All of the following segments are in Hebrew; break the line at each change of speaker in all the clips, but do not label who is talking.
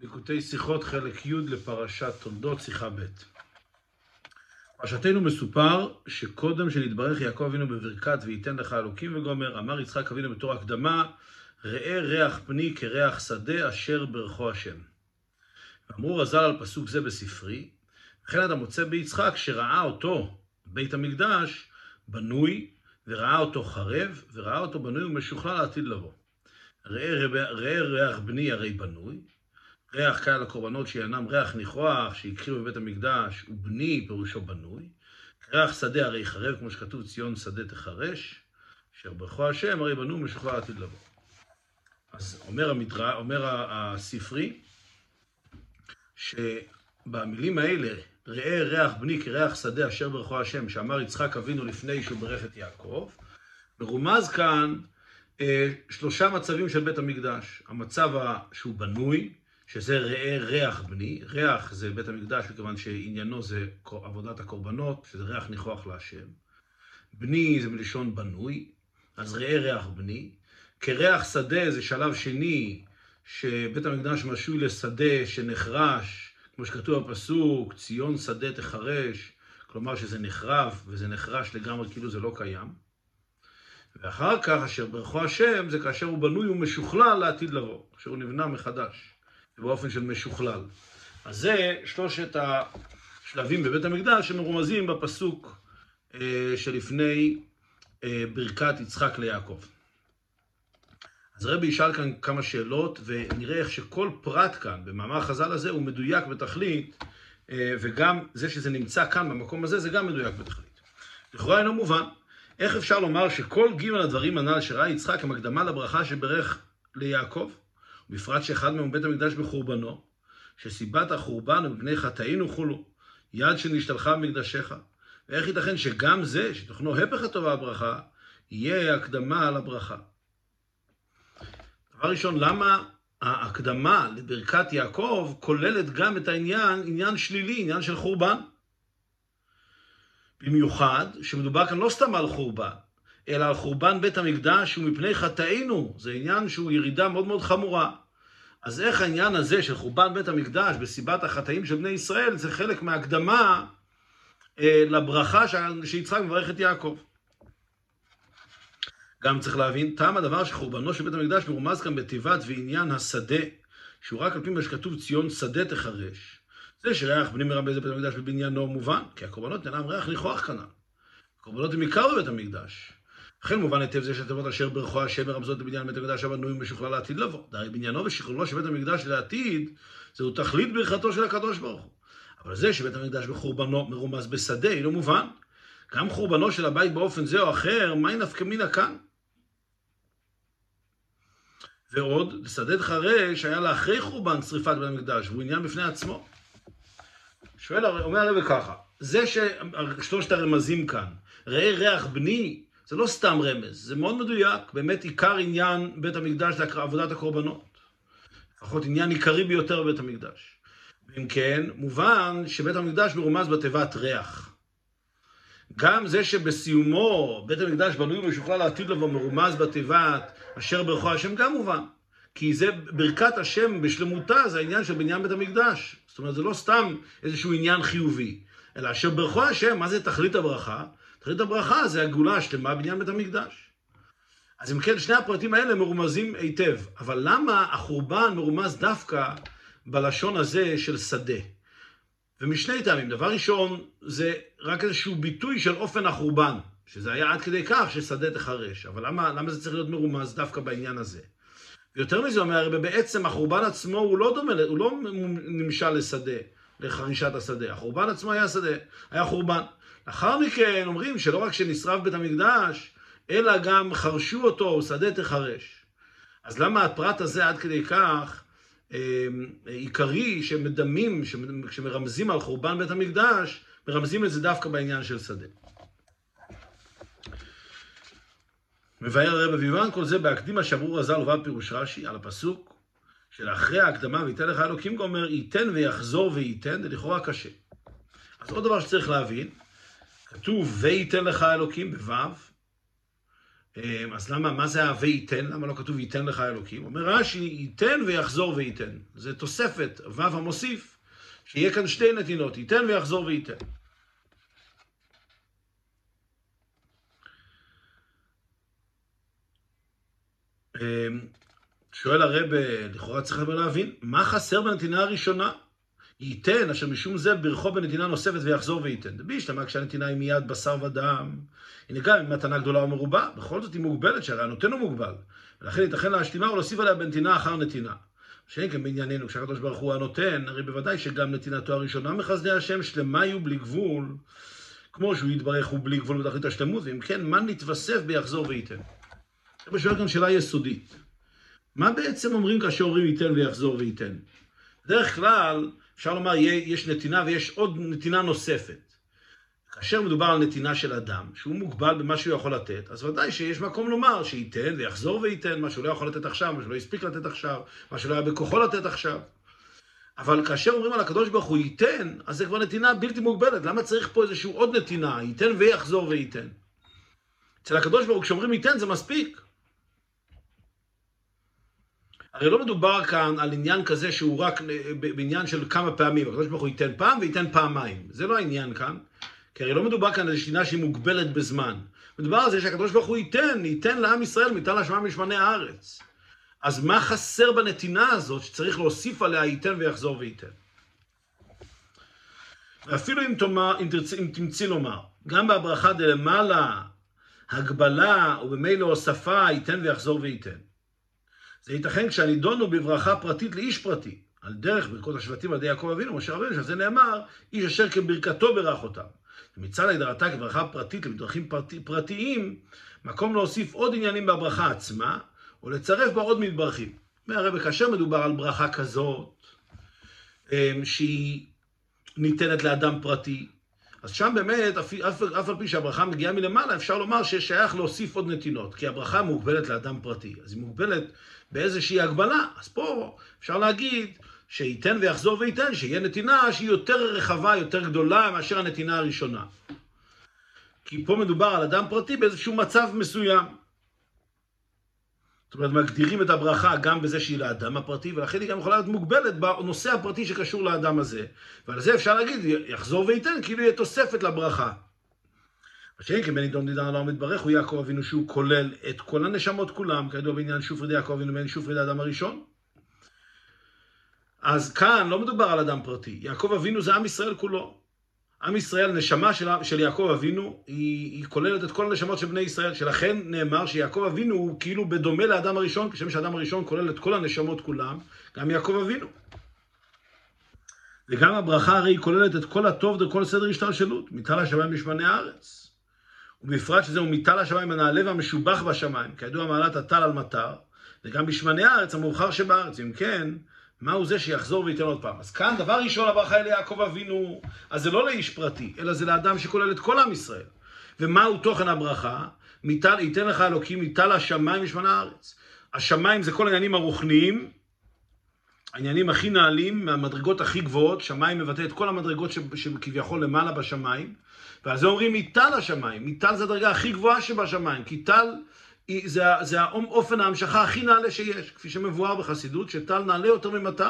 ליקוטי שיחות חלק י' לפרשת תולדות שיחה ב'. פרשתנו מסופר שקודם שנתברך יעקב אבינו בברכת וייתן לך אלוקים וגומר, אמר יצחק אבינו בתור הקדמה, ראה ריח פני כריח שדה אשר ברכו השם. אמרו רז"ל על פסוק זה בספרי, וכן אתה מוצא ביצחק שראה אותו בית המקדש בנוי, וראה אותו חרב, וראה אותו בנוי ומשוכלל לעתיד לבוא. ראה ריח בני הרי בנוי, ריח קהל הקורבנות שינם ריח ניחוח שהקריבו בבית המקדש, ובני פירושו בנוי. ריח שדה הרי חרב, כמו שכתוב ציון שדה תחרש, אשר ברכו השם הרי בנוי ומשוכלל לעתיד לבוא. אז אומר הספרי, שבמילים האלה, ראה ריח בני כריח שדה אשר ברכו השם, שאמר יצחק אבינו לפני שהוא ברך את יעקב, מרומז כאן שלושה מצבים של בית המקדש. המצב שהוא בנוי, שזה ראה ריח בני. ריח זה בית המקדש, מכיוון שעניינו זה עבודת הקורבנות, שזה ריח ניחוח להשם. בני זה מלשון בנוי, אז ראה ריח בני. כריח שדה זה שלב שני, שבית המקדש משוי לשדה שנחרש, כמו שכתוב בפסוק, ציון שדה תחרש, כלומר שזה נחרב וזה נחרש לגמרי כאילו זה לא קיים. ואחר כך, אשר ברכו השם, זה כאשר הוא בנוי ומשוכלל לעתיד לבוא, כאשר הוא נבנה מחדש, באופן של משוכלל. אז זה שלושת השלבים בבית המקדש שמרומזים בפסוק שלפני ברכת יצחק ליעקב. אז רבי ישאל כאן כמה שאלות, ונראה איך שכל פרט כאן, במאמר חז"ל הזה, הוא מדויק בתכלית, וגם זה שזה נמצא כאן במקום הזה, זה גם מדויק בתכלית. לכאורה אינו מובן. איך אפשר לומר שכל גימל הדברים הנ"ל שראה יצחק הם הקדמה לברכה שברך ליעקב, ובפרט שאחד מהם בית המקדש בחורבנו, שסיבת החורבן ומפני חטאינו חולו, יד שנשתלחה במקדשך, ואיך ייתכן שגם זה, שתוכנו הפך הטובה הברכה, יהיה הקדמה לברכה. דבר ראשון, למה ההקדמה לברכת יעקב כוללת גם את עניין שלילי, עניין של חורבן? במיוחד שמדובר כאן לא סתם על חורבן, אלא על חורבן בית המקדש ומפני חטאינו. זה עניין שהוא ירידה מאוד מאוד חמורה. אז איך העניין הזה של חורבן בית המקדש בסיבת החטאים של בני ישראל, זה חלק מהקדמה לברכה שיצחק מברך את יעקב. גם צריך להבין, טעם הדבר שחורבנו של בית המקדש מרומז כאן בתיבת ועניין השדה, שהוא רק על פי מה שכתוב ציון שדה תחרש. זה שריח בני מרבה זה בית המקדש בבניינו מובן, כי הקורבנות אינם ריח ניחוח כנ"ל. הקורבנות הם עיקר בבית המקדש. לכן מובן היטב זה שהתיבות אשר ברכו השם מרמזות לבניין בית המקדש הבנוי ומשוכלל לעתיד לבוא. דהרי בניינו ושכלולו של בית המקדש לעתיד, זהו תכלית ברכתו של הקדוש ברוך הוא. אבל זה שבית המקדש בחורבנו מרומז בשדה, אינו מובן. גם חורבנו של הבית באופן זה או אחר, מהי נפקא מינה כאן? ועוד, שדה תחרש היה לאחרי חורבן שריפת בית המקדש, והוא עניין בפני עצמו. אומר הרב ככה, זה ששלושת הרמזים כאן, ראה ריח בני, זה לא סתם רמז, זה מאוד מדויק, באמת עיקר עניין בית המקדש זה עבודת הקורבנות. לפחות עניין עיקרי ביותר בבית המקדש. ואם כן, מובן שבית המקדש מרומז בתיבת ריח. גם זה שבסיומו בית המקדש בנוי ומשוכלל לעתיד לבוא מרומז בתיבת אשר ברכו השם גם מובן. כי זה ברכת השם בשלמותה, זה העניין של בניין בית המקדש. זאת אומרת, זה לא סתם איזשהו עניין חיובי, אלא אשר ברכו השם, מה זה תכלית הברכה? תכלית הברכה זה הגאולה השלמה בניין בית המקדש. אז אם כן, שני הפרטים האלה מרומזים היטב. אבל למה החורבן מרומז דווקא בלשון הזה של שדה? ומשני טעמים. דבר ראשון, זה רק איזשהו ביטוי של אופן החורבן, שזה היה עד כדי כך ששדה תחרש. אבל למה זה צריך להיות מרומז דווקא בעניין הזה? ויותר מזה אומר, בעצם החורבן עצמו הוא לא דומה, הוא לא נמשל לשדה, לחרישת השדה. החורבן עצמו היה שדה, היה חורבן. לאחר מכן אומרים שלא רק שנשרף בית המקדש, אלא גם חרשו אותו, שדה תחרש. אז למה הפרט הזה עד כדי כך עיקרי שמדמים, שמרמזים על חורבן בית המקדש, מרמזים את זה דווקא בעניין של שדה. מבאר הרב ויבן כל זה בהקדימה שאמרו רז"ל ובא פירוש רש"י על הפסוק של אחרי ההקדמה וייתן לך אלוקים גומר, ייתן ויחזור וייתן, זה לכאורה קשה. אז עוד דבר שצריך להבין, כתוב וייתן לך אלוקים בו"ב, אז למה, מה זה ה"וייתן"? למה לא כתוב "ייתן לך אלוקים"? אומר רש"י, ייתן ויחזור וייתן. זה תוספת, ו' המוסיף, שיהיה כאן שתי נתינות, ייתן ויחזור וייתן. שואל הרב, לכאורה צריך להבין, מה חסר בנתינה הראשונה? ייתן, אשר משום זה ברכו בנתינה נוספת ויחזור וייתן. בישלמה כשהנתינה היא מיד בשר ודם. הנה גם אם מתנה גדולה או מרובה, בכל זאת היא מוגבלת, שהרי הנותן הוא מוגבל. ולכן ייתכן להשלימה ולהוסיף עליה בנתינה אחר נתינה. שאין כן בענייננו, כשהקדוש ברוך הוא הנותן, הרי בוודאי שגם נתינתו הראשונה מחסדי השם שלמה יהיו בלי גבול, כמו שהוא יתברך הוא בלי גבול בתכלית השלמות, ואם כן, מה נתווסף ביחזור וייתן? אני שואל כאן שאלה יסודית. מה בעצם אומרים כאשר אומרים ייתן ויחזור וייתן? בדרך כלל, אפשר לומר, יש נתינה ויש עוד נתינה נוספת. כאשר מדובר על נתינה של אדם, שהוא מוגבל במה שהוא יכול לתת, אז ודאי שיש מקום לומר שייתן ויחזור וייתן, מה שהוא לא יכול לתת עכשיו, מה שהוא לא הספיק לתת עכשיו, מה שלא היה בכוחו לתת עכשיו. אבל כאשר אומרים על הקדוש ברוך הוא ייתן, אז זה כבר נתינה בלתי מוגבלת. למה צריך פה איזשהו עוד נתינה? ייתן ויחזור וייתן. אצל הקדוש ברוך הוא, כשאומרים ייתן, זה מספיק. הרי לא מדובר כאן על עניין כזה שהוא רק בעניין של כמה פעמים. הקדוש ברוך הוא ייתן פעם וייתן פעמיים. זה לא העניין כאן. כי הרי לא מדובר כאן על נתינה שהיא מוגבלת בזמן. מדובר על זה שהקדוש ברוך הוא ייתן לעם ישראל מטל השמיים משמני הארץ. אז מה חסר בנתינה הזאת שצריך להוסיף עליה ייתן ויחזור וייתן? ואפילו אם תמציא לומר, גם בברכה דלמעלה, הגבלה ובמילא הוספה ייתן ויחזור וייתן. זה ייתכן כשהנידון הוא בברכה פרטית לאיש פרטי, על דרך ברכות השבטים על ידי יעקב אבינו, משה רבנו, שזה נאמר, איש אשר כברכתו ברך אותם. ומצד הגדרתה כברכה פרטית למדרכים פרטיים, מקום להוסיף עוד עניינים בברכה עצמה, או לצרף בה עוד מתברכים. והרי כאשר מדובר על ברכה כזאת, שהיא ניתנת לאדם פרטי, אז שם באמת, אף על פי שהברכה מגיעה מלמעלה, אפשר לומר ששייך להוסיף עוד נתינות, כי הברכה מוגבלת לאדם פרטי. אז היא מוגבלת באיזושהי הגבלה, אז פה אפשר להגיד שייתן ויחזור וייתן, שיהיה נתינה שהיא יותר רחבה, יותר גדולה מאשר הנתינה הראשונה. כי פה מדובר על אדם פרטי באיזשהו מצב מסוים. זאת אומרת, מגדירים את הברכה גם בזה שהיא לאדם הפרטי, ולכן היא גם יכולה להיות מוגבלת בנושא הפרטי שקשור לאדם הזה. ועל זה אפשר להגיד, יחזור וייתן, כאילו יהיה תוספת לברכה. השאין כי בן עידון דידן לא מתברך, הוא יעקב אבינו שהוא כולל את כל הנשמות כולם, כידוע בעניין שופרי די יעקב אבינו בין שופרי די האדם הראשון. אז כאן לא מדובר על אדם פרטי, יעקב אבינו זה עם ישראל כולו. עם ישראל, נשמה של יעקב אבינו, היא כוללת את כל הנשמות של בני ישראל, שלכן נאמר שיעקב אבינו הוא כאילו בדומה לאדם הראשון, כשם שהאדם הראשון כולל את כל הנשמות כולם, גם יעקב אבינו. וגם הברכה הרי היא כוללת את כל הטוב וכל סדר השתלשלות, מטל השמיים משמני הארץ. ובפרט שזהו מטל השמיים הנעלה והמשובח בשמיים, כידוע מעלת הטל על מטר, וגם בשמני הארץ המאוחר שבארץ. אם כן, מהו זה שיחזור וייתן עוד פעם? אז כאן דבר ראשון הברכה אל יעקב אבינו, אז זה לא לאיש פרטי, אלא זה לאדם שכולל את כל עם ישראל. ומהו תוכן הברכה? ייתן לך אלוקים מטל השמיים משמני הארץ. השמיים זה כל העניינים הרוחניים, העניינים הכי נעלים, מהמדרגות הכי גבוהות. שמיים מבטא את כל המדרגות שכביכול למעלה בשמיים, ועל זה אומרים מטל השמיים. מטל זה הדרגה הכי גבוהה שבשמיים, כי טל זה אופן ההמשכה הכי נעלה שיש, כפי שמבואר בחסידות, שטל נעלה יותר ממטר.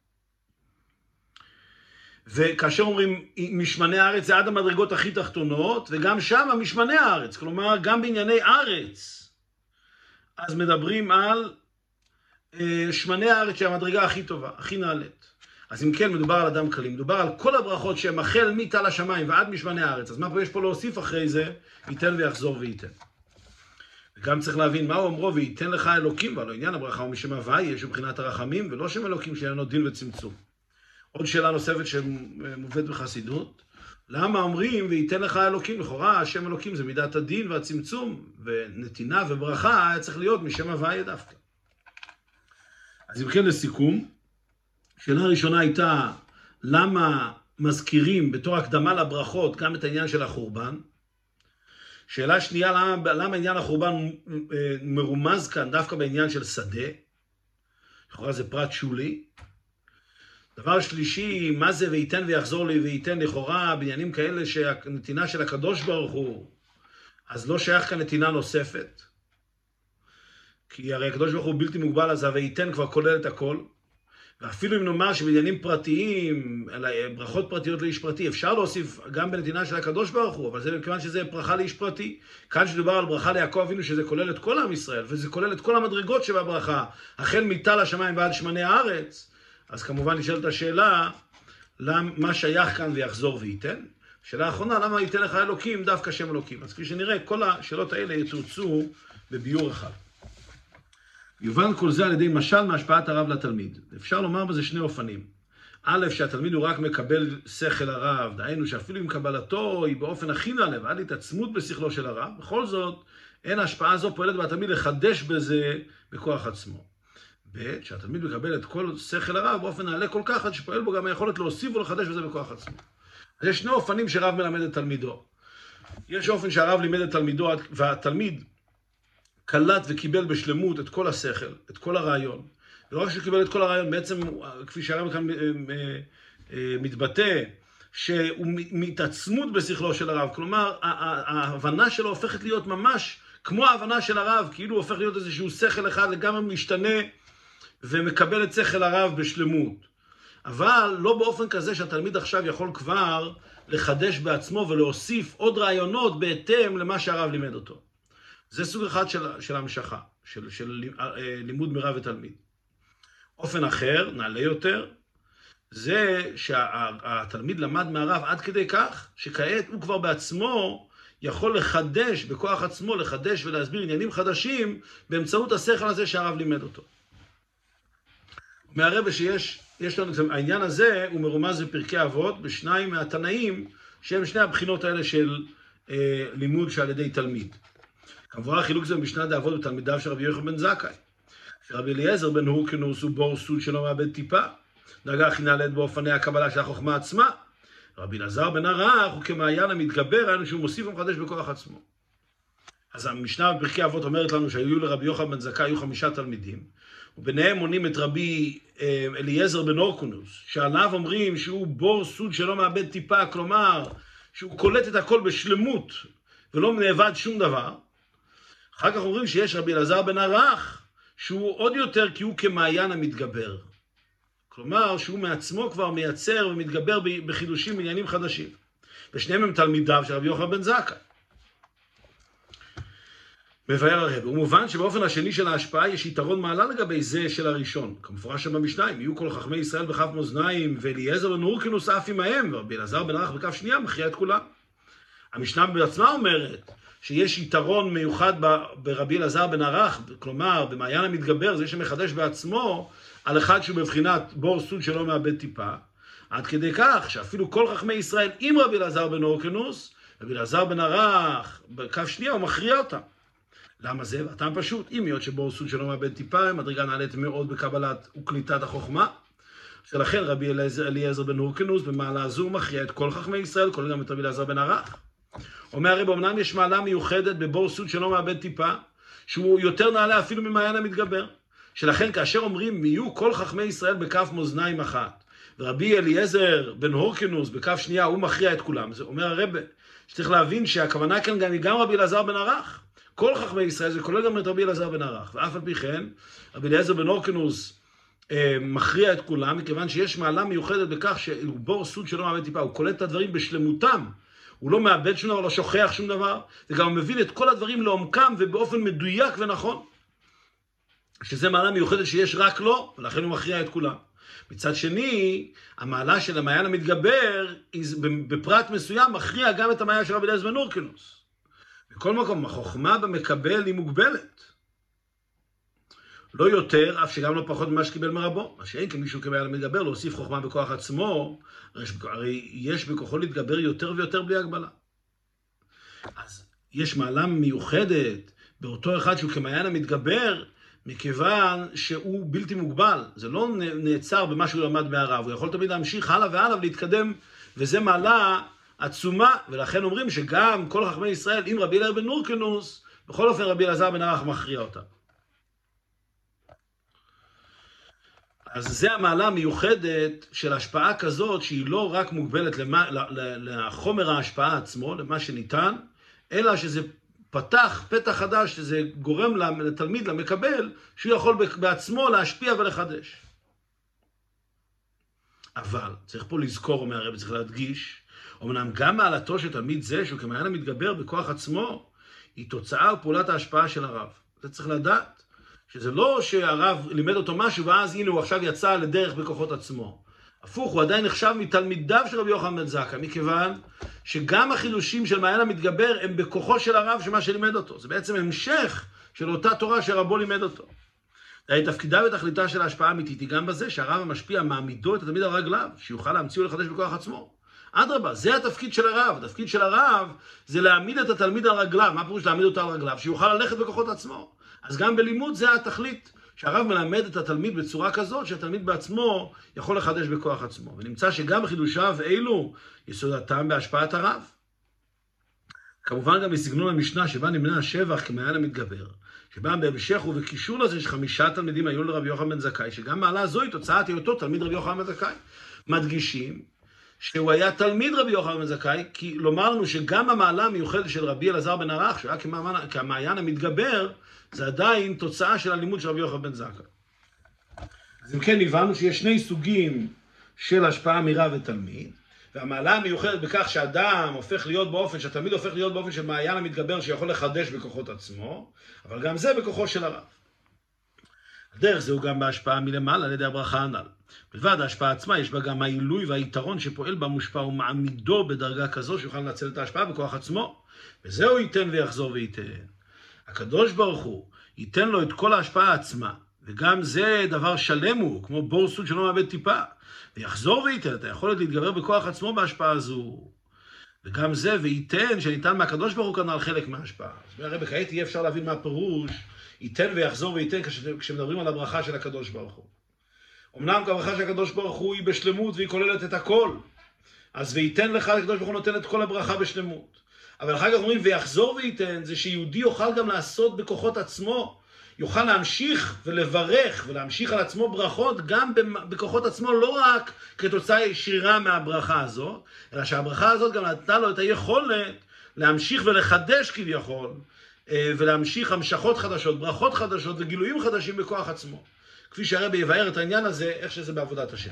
וכאשר אומרים משמני הארץ זה עד המדרגות הכי תחתונות, וגם שם משמני הארץ, כלומר גם בענייני ארץ, אז מדברים על שמני הארץ שהמדרגה הכי טובה, הכי נעלית. אז אם כן מדובר על אדם קלים, מדובר על כל הברכות שהם החל מטל השמיים ועד משמני הארץ. אז מה פה יש פה להוסיף אחרי זה? ייתן ויחזור וייתן. וגם צריך להבין מה הוא אומרו וייתן לך אלוקים, ועל עניין הברכה הוא משם הוואי, יש מבחינת הרחמים, ולא שם אלוקים שאינו דין וצמצום. עוד שאלה נוספת שמובאת בחסידות, למה אומרים וייתן לך אלוקים? לכאורה השם אלוקים זה מידת הדין והצמצום, ונתינה וברכה היה צריך להיות משם הוואי דווקא. אז אם כן לסיכום, שאלה הראשונה הייתה, למה מזכירים בתור הקדמה לברכות גם את העניין של החורבן? שאלה שנייה, למה עניין החורבן מרומז כאן דווקא בעניין של שדה? לכאורה זה פרט שולי. דבר שלישי, מה זה וייתן ויחזור לי וייתן? לכאורה בעניינים כאלה שהנתינה של הקדוש ברוך הוא, אז לא שייך כאן נתינה נוספת. כי הרי הקדוש ברוך הוא בלתי מוגבל, אז ה"וייתן" כבר כולל את הכל. ואפילו אם נאמר שבעניינים פרטיים, ברכות פרטיות לאיש פרטי, אפשר להוסיף גם בנתינה של הקדוש ברוך הוא, אבל זה מכיוון שזה ברכה לאיש פרטי. כאן שדובר על ברכה ליעקב אבינו, שזה כולל את כל עם ישראל, וזה כולל את כל המדרגות שבברכה, החל מטל השמיים ועד שמני הארץ, אז כמובן נשאלת השאלה, מה שייך כאן ויחזור וייתן? שאלה האחרונה, למה ייתן לך אלוקים דווקא שם אלוקים? אז כפי שנראה, כל השאלות האלה יתרצו בביור אחד. יובן כל זה על ידי משל מהשפעת הרב לתלמיד. אפשר לומר בזה שני אופנים. א', שהתלמיד הוא רק מקבל שכל הרב, דהיינו שאפילו אם קבלתו היא באופן הכי נעלה, ועד התעצמות בשכלו של הרב, בכל זאת, אין ההשפעה הזו פועלת בתלמיד לחדש בזה בכוח עצמו. ב', שהתלמיד מקבל את כל שכל הרב באופן נעלה כל כך, עד שפועל בו גם היכולת להוסיף ולחדש בזה בכוח עצמו. אז יש שני אופנים שרב מלמד את תלמידו. יש אופן שהרב לימד את תלמידו, והתלמיד קלט וקיבל בשלמות את כל השכל, את כל הרעיון. ולא רק שהוא קיבל את כל הרעיון, בעצם, כפי שהרב כאן מתבטא, שהוא מתעצמות בשכלו של הרב. כלומר, ההבנה שלו הופכת להיות ממש כמו ההבנה של הרב, כאילו הוא הופך להיות איזשהו שכל אחד לגמרי משתנה, ומקבל את שכל הרב בשלמות. אבל לא באופן כזה שהתלמיד עכשיו יכול כבר לחדש בעצמו ולהוסיף עוד רעיונות בהתאם למה שהרב לימד אותו. זה סוג אחד של המשכה, של לימוד מרב ותלמיד. אופן אחר, נעלה יותר, זה שהתלמיד למד מהרב עד כדי כך, שכעת הוא כבר בעצמו יכול לחדש, בכוח עצמו, לחדש ולהסביר עניינים חדשים, באמצעות השכל הזה שהרב לימד אותו. מהרבא שיש לנו, העניין הזה הוא מרומז בפרקי אבות, בשניים מהתנאים, שהם שני הבחינות האלה של לימוד שעל ידי תלמיד. כמובן חילוק זה במשנה דאבות בתלמידיו של רבי יוחנן בן זכאי. שרבי אליעזר בן הורקנוס הוא בור סוד שלא מאבד טיפה, דרגה הכי נעלית באופני הקבלה של החוכמה עצמה. רבי אלעזר בן ערך הוא כמעיין המתגבר, היינו שהוא מוסיף ומחדש בכוח עצמו. אז המשנה בפרקי אבות אומרת לנו שהיו לרבי יוחנן בן זכאי היו 5 תלמידים, וביניהם מונים את רבי אליעזר בן הורקנוס, שעליו אומרים שהוא בור סוד שלא מאבד טיפה, כלומר שהוא קולט את הכל בשלמות ולא נאבד שום דבר. אחר כך אומרים שיש רבי אלעזר בן ערך, שהוא עוד יותר כי הוא כמעיין המתגבר. כלומר, שהוא מעצמו כבר מייצר ומתגבר בחידושים בעניינים חדשים. ושניהם הם תלמידיו של רבי יוחנן בן זכאי. מבאר הרב, הוא מובן שבאופן השני של ההשפעה יש יתרון מעלה לגבי זה של הראשון. כמפורש שם במשנה, אם יהיו כל חכמי ישראל בכף מאזניים, ואליעזר בן הורקנוס אף עמהם, ורבי אלעזר בן ערך בכף שנייה מכריע את כולם. המשנה בעצמה אומרת, שיש יתרון מיוחד ברבי אלעזר בן ערך, כלומר, במעיין המתגבר, זה שמחדש בעצמו על אחד שהוא בבחינת בור סוד שלא מאבד טיפה, עד כדי כך שאפילו כל חכמי ישראל עם רבי אלעזר בן הורקנוס, רבי אלעזר בן ערך, בכף שנייה הוא מכריע אותם. למה זה? והטעם פשוט, אם להיות שבור סוד שלא מאבד טיפה, מדרגה נעלית מאוד בקבלת וקליטת החוכמה, שלכן רבי אליעזר בן הורקנוס במעלה הזו מכריע את כל חכמי ישראל, כולל גם את רבי אלעזר בן ערך. אומר הרב, אמנם יש מעלה מיוחדת בבור סוד שלא מאבד טיפה, שהוא יותר נעלה אפילו ממעיין המתגבר. שלכן כאשר אומרים, יהיו כל חכמי ישראל בכף מאזניים אחת, ורבי אליעזר בן הורקנוס בכף שנייה, הוא מכריע את כולם. זה אומר הרב, שצריך להבין שהכוונה כאן גם רבי אלעזר בן ערך. כל חכמי ישראל, זה כולל גם את רבי אלעזר בן ערך. ואף על פי כן, רבי אליעזר בן הורקנוס מכריע את כולם, מכיוון שיש מעלה מיוחדת בכך שהוא בור סוד שלא מאבד טיפה, הוא קולט את הדברים בשלמותם. הוא לא מאבד שום דבר, לא שוכח שום דבר, וגם מבין את כל הדברים לעומקם ובאופן מדויק ונכון. שזה מעלה מיוחדת שיש רק לו, ולכן הוא מכריע את כולם. מצד שני, המעלה של המעיין המתגבר, בפרט מסוים, מכריע גם את המעיין של רבי אליעזר בן הורקנוס. בכל מקום, החוכמה במקבל היא מוגבלת. לא יותר, אף שגם לא פחות ממה שקיבל מרבו. מה שאין כמישהו כמעיין המתגבר, להוסיף חוכמה בכוח עצמו, הרי יש בכוחו להתגבר יותר ויותר בלי הגבלה. אז יש מעלה מיוחדת באותו אחד שהוא כמעיין המתגבר, מכיוון שהוא בלתי מוגבל. זה לא נעצר במה שהוא למד מהרב. הוא יכול תמיד להמשיך הלאה והלאה ולהתקדם, וזה מעלה עצומה, ולכן אומרים שגם כל חכמי ישראל, עם רבי אליעזר בן הורקנוס, בכל אופן רבי אלעזר בן ערך מכריע אותה. אז זה המעלה המיוחדת של השפעה כזאת, שהיא לא רק מוגבלת לחומר ההשפעה עצמו, למה שניתן, אלא שזה פתח פתח חדש, שזה גורם לתלמיד, למקבל, שהוא יכול בעצמו להשפיע ולחדש. אבל צריך פה לזכור, אומר הרב, צריך להדגיש, אמנם גם מעלתו של תלמיד זה, שהוא כמעיין המתגבר בכוח עצמו, היא תוצאה ופעולת ההשפעה של הרב. זה צריך לדעת, שזה לא שהרב לימד אותו משהו, ואז הנה הוא עכשיו יצא לדרך בכוחות עצמו. הפוך, הוא עדיין נחשב מתלמידיו של רבי יוחנן בן זכאי, מכיוון שגם החידושים של מעיין המתגבר הם בכוחו של הרב שמה שלימד אותו. זה בעצם המשך של אותה תורה שרבו לימד אותו. תפקידה ותכליתה של ההשפעה האמיתית היא גם בזה שהרב המשפיע מעמידו את התלמיד על רגליו, שיוכל להמציא ולחדש בכוח עצמו. אדרבה, זה התפקיד של הרב. התפקיד של הרב זה להעמיד את התלמיד על רגליו. מה פירוש להעמיד אותו על רגליו? שיוכל ללכת בכוחות עצמו. אז גם בלימוד זה התכלית, שהרב מלמד את התלמיד בצורה כזאת שהתלמיד בעצמו יכול לחדש בכוח עצמו. ונמצא שגם חידושיו אלו יסודתם בהשפעת הרב. כמובן גם בסגנון המשנה שבה נמנה השבח כמעיין המתגבר, שבה בהמשך ובקישור לזה ש5 תלמידים היו לרבי יוחנן בן זכאי, שגם מעלה זו היא תוצאת היותו תלמיד רבי יוחנן בן זכאי. מדגישים שהוא היה תלמיד רבי יוחנן בן זכאי, כי לומר לנו שגם המעלה המיוחדת של רבי אלעזר בן ערך, שהיה כמעיין המתגבר, זה עדיין תוצאה של הלימוד של רבי יוחנן בן זכאי. אז אם כן, הבנו שיש שני סוגים של השפעה מרב ותלמיד, והמעלה המיוחדת בכך שאדם הופך להיות באופן, שהתלמיד הופך להיות באופן של מעיין המתגבר שיכול לחדש בכוחות עצמו, אבל גם זה בכוחו של הרב. הדרך זהו גם בהשפעה מלמעלה על ידי הברכה הנ"ל. בלבד ההשפעה עצמה יש בה גם העילוי והיתרון שפועל בה מושפע ומעמידו בדרגה כזו שיוכל לנצל את ההשפעה בכוח עצמו, וזהו ייתן ויחזור וייתן. הקדוש ברוך הוא ייתן לו את כל ההשפעה עצמה, וגם זה דבר שלם הוא, כמו בור סוד שלא מאבד טיפה, ויחזור וייתן את היכולת להתגבר בכוח עצמו בהשפעה הזו. וגם זה וייתן שניתן מהקדוש ברוך הוא כנ"ל חלק מההשפעה. אז הרי בכעת יהיה אפשר להבין מה הפירוש ייתן ויחזור וייתן כשמדברים על הברכה של הקדוש ברוך הוא. אמנם הברכה של הקדוש ברוך הוא היא בשלמות והיא כוללת את הכל. אז וייתן לך, הקדוש ברוך הוא נותן את כל הברכה בשלמות. אבל אחר כך אומרים ויחזור וייתן, זה שיהודי יוכל גם לעשות בכוחות עצמו, יוכל להמשיך ולברך ולהמשיך על עצמו ברכות גם בכוחות עצמו, לא רק כתוצאה ישירה מהברכה הזאת, אלא שהברכה הזאת גם נתנה לו את היכולת להמשיך ולחדש כביכול, ולהמשיך המשכות חדשות, ברכות חדשות וגילויים חדשים בכוח עצמו. כפי שהרבי יבאר את העניין הזה, איך שזה בעבודת השם.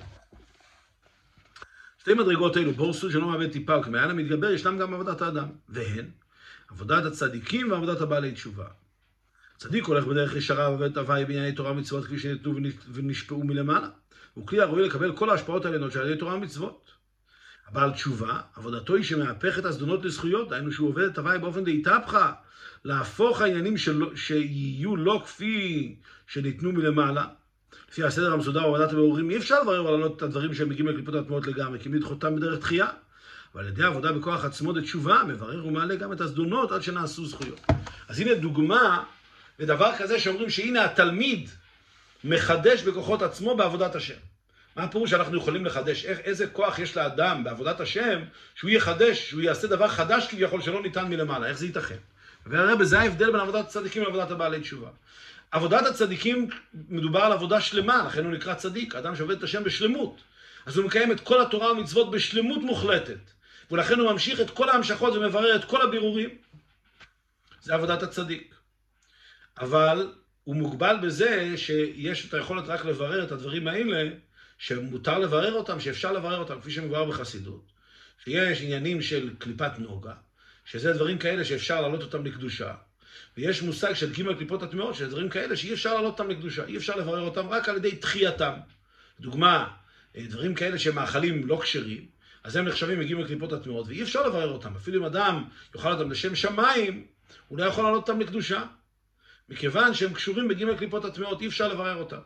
שתי מדרגות אלו, בור סוד שלא מאבד טיפה וכמעיין המתגבר, ישנם גם עבודת האדם, והן עבודת הצדיקים ועבודת הבעלי תשובה. צדיק הולך בדרך ישרה ועובד הוואי בענייני תורה ומצוות כפי שניתנו ונשפעו מלמעלה. הוא כלי הראוי לקבל כל ההשפעות העליונות של ידי תורה ומצוות. הבעל תשובה, עבודתו היא שמהפך את הזדונות לזכויות, דהיינו שהוא עובד את הוואי באופן דהיתהפכה, להפוך העניינים שיהיו לא כפי שניתנו מלמעלה. לפי הסדר המסודר ועבודת הבירורים, אי אפשר לברר ולעלות את הדברים שהם מגיעים לקליפות הטמעות לגמרי, כי לדחותם בדרך תחייה. אבל על ידי עבודה בכוח עצמו לתשובה, מברר ומעלה גם את הזדונות עד שנעשו זכויות. אז הנה דוגמה לדבר כזה שאומרים שהנה התלמיד מחדש בכוחות עצמו בעבודת השם. מה הפירוש שאנחנו יכולים לחדש? איזה כוח יש לאדם בעבודת השם שהוא יחדש, שהוא יעשה דבר חדש כביכול שלא ניתן מלמעלה? איך זה ייתכן? והרי בזה ההבדל בין עבודת הצדיקים לעבודת הבעלי תשובה. עבודת הצדיקים מדובר על עבודה שלמה, לכן הוא נקרא צדיק, אדם שעובד את השם בשלמות. אז הוא מקיים את כל התורה ומצוות בשלמות מוחלטת, ולכן הוא ממשיך את כל ההמשכות ומברר את כל הבירורים. זה עבודת הצדיק. אבל הוא מוגבל בזה שיש את היכולת רק לברר את הדברים האלה, שמותר לברר אותם, שאפשר לברר אותם, כפי שמבואר בחסידות. שיש עניינים של קליפת נוגה, שזה דברים כאלה שאפשר להעלות אותם לקדושה. ויש מושג של ג' קליפות הטמעות, שזה דברים כאלה שאי אפשר להעלות אותם לקדושה, אי אפשר לברר אותם רק על ידי תחייתם. דוגמה, דברים כאלה שמאכלים לא כשרים, אז הם נחשבים מג' קליפות הטמעות, ואי אפשר לברר אותם. אפילו אם אדם יאכל אותם לשם שמיים, הוא לא יכול להעלות אותם לקדושה. מכיוון שהם קשורים בג' קליפות הטמעות, אי אפשר לברר אותם.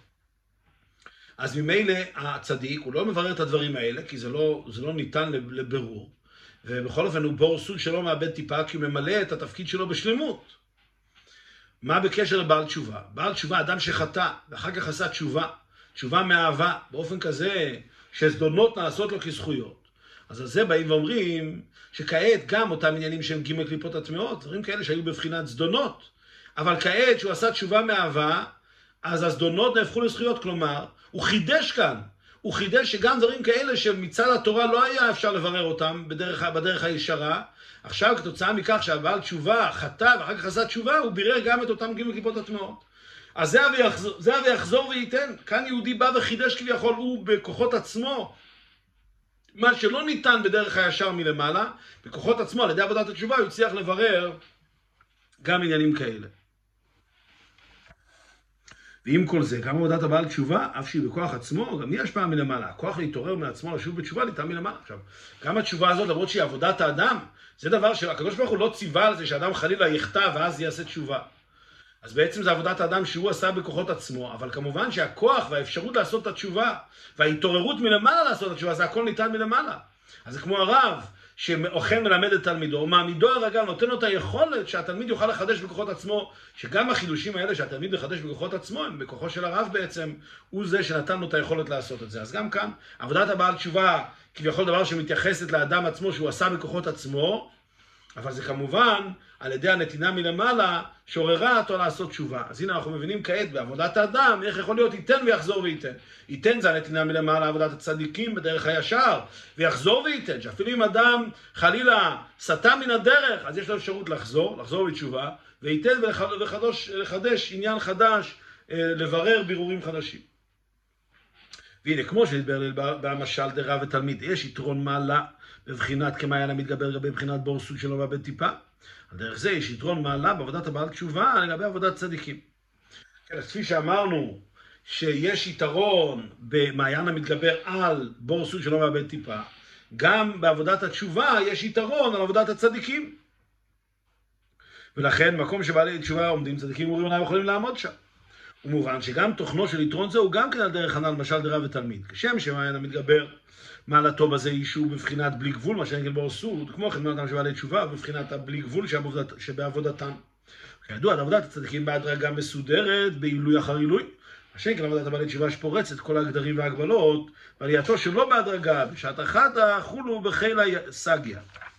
אז ממילא הצדיק, הוא לא מברר את הדברים האלה, כי זה לא ניתן לבירור. ובכל אופן הוא בור סוד שלא מאבד טיפה, כי הוא ממלא את התפקיד שלו בשלמות. מה בקשר לבעל תשובה? בעל תשובה, אדם שחטא, ואחר כך עשה תשובה, תשובה מאהבה, באופן כזה שזדונות נעשות לו כזכויות. אז על זה באים ואומרים שכעת גם אותם עניינים שהם ג' קליפות הטמעות, דברים כאלה שהיו בבחינת זדונות, אבל כעת שהוא עשה תשובה מאהבה, אז הזדונות נהפכו לזכויות, כלומר, הוא חידש כאן. הוא חידש שגם דברים כאלה שמצד התורה לא היה אפשר לברר אותם בדרך הישרה, עכשיו כתוצאה מכך שהבעל תשובה חטא ואחר כך עשה תשובה, הוא בירר גם את אותם ג' קליפות הטמעות. אז זה ויחזור וייתן. כאן יהודי בא וחידש כביכול, הוא בכוחות עצמו, מה שלא ניתן בדרך הישר מלמעלה, בכוחות עצמו, על ידי עבודת התשובה, הוא הצליח לברר גם עניינים כאלה. ועם כל זה, גם עבודת הבעל תשובה, אף שהיא בכוח עצמו, גם היא השפעה מלמעלה. הכוח להתעורר מעצמו לשוב בתשובה, ניתן מלמעלה. עכשיו, גם התשובה הזאת, למרות שהיא עבודת האדם, זה דבר שהקדוש ברוך הוא לא ציווה על זה, שאדם חלילה יחטא ואז יעשה תשובה. אז בעצם זה עבודת האדם שהוא עשה בכוחות עצמו, אבל כמובן שהכוח והאפשרות לעשות את התשובה, וההתעוררות מלמעלה לעשות את התשובה, זה הכל ניתן מלמעלה. אז זה כמו הרב, שאוכל מלמד את תלמידו, מעמידו הרגל, נותן לו את היכולת שהתלמיד יוכל לחדש בכוחות עצמו, שגם החידושים האלה שהתלמיד לחדש בכוחות עצמו, הם בכוחו של הרב בעצם, הוא זה שנתן לו את היכולת לעשות את זה. אז גם כאן, עבודת הבעל תשובה, כביכול דבר שמתייחסת לאדם עצמו, שהוא עשה בכוחות עצמו, אבל זה כמובן על ידי הנתינה מלמעלה שעוררה אותו לעשות תשובה. אז הנה אנחנו מבינים כעת בעבודת האדם איך יכול להיות ייתן ויחזור וייתן. ייתן זה הנתינה מלמעלה, עבודת הצדיקים בדרך הישר, ויחזור וייתן, שאפילו אם אדם חלילה סטה מן הדרך, אז יש לו אפשרות לחזור בתשובה, וייתן ולחדש עניין חדש, לברר בירורים חדשים. והנה, כמו שהתברר במשל דרב ותלמיד, יש יתרון מעלה בבחינת כמעיין המתגבר לגבי בחינת בור סוד שלא מאבד טיפה. על דרך זה יש יתרון מעלה בעבודת הבעל תשובה לגבי עבודת צדיקים. כן, אז כפי שאמרנו שיש יתרון במעיין המתגבר על בור סוד שלא מאבד טיפה, גם בעבודת התשובה יש יתרון על עבודת הצדיקים. ולכן מקום שבעלי תשובה עומדים צדיקים וראיונם יכולים לעמוד שם. ומובן שגם תוכנו של יתרון זה הוא גם כן על דרך הנ"ל משל דרב ותלמיד. כשם שמעיין המתגבר מעלתו בזה היא שהוא בבחינת בלי גבול, מה שאין כן בור סוד, כמו כן מעלתם שבעלי תשובה, בבחינת הבלי גבול שבעבודתם. כידוע, עבודת הצדיקים בהדרגה מסודרת, בעילוי אחר עילוי. מה שאין כן עבודת הבעלי תשובה שפורצת כל הגדרים וההגבלות, ועלייתו שלא בהדרגה, בשעת אחת החולו בחילה סגיה.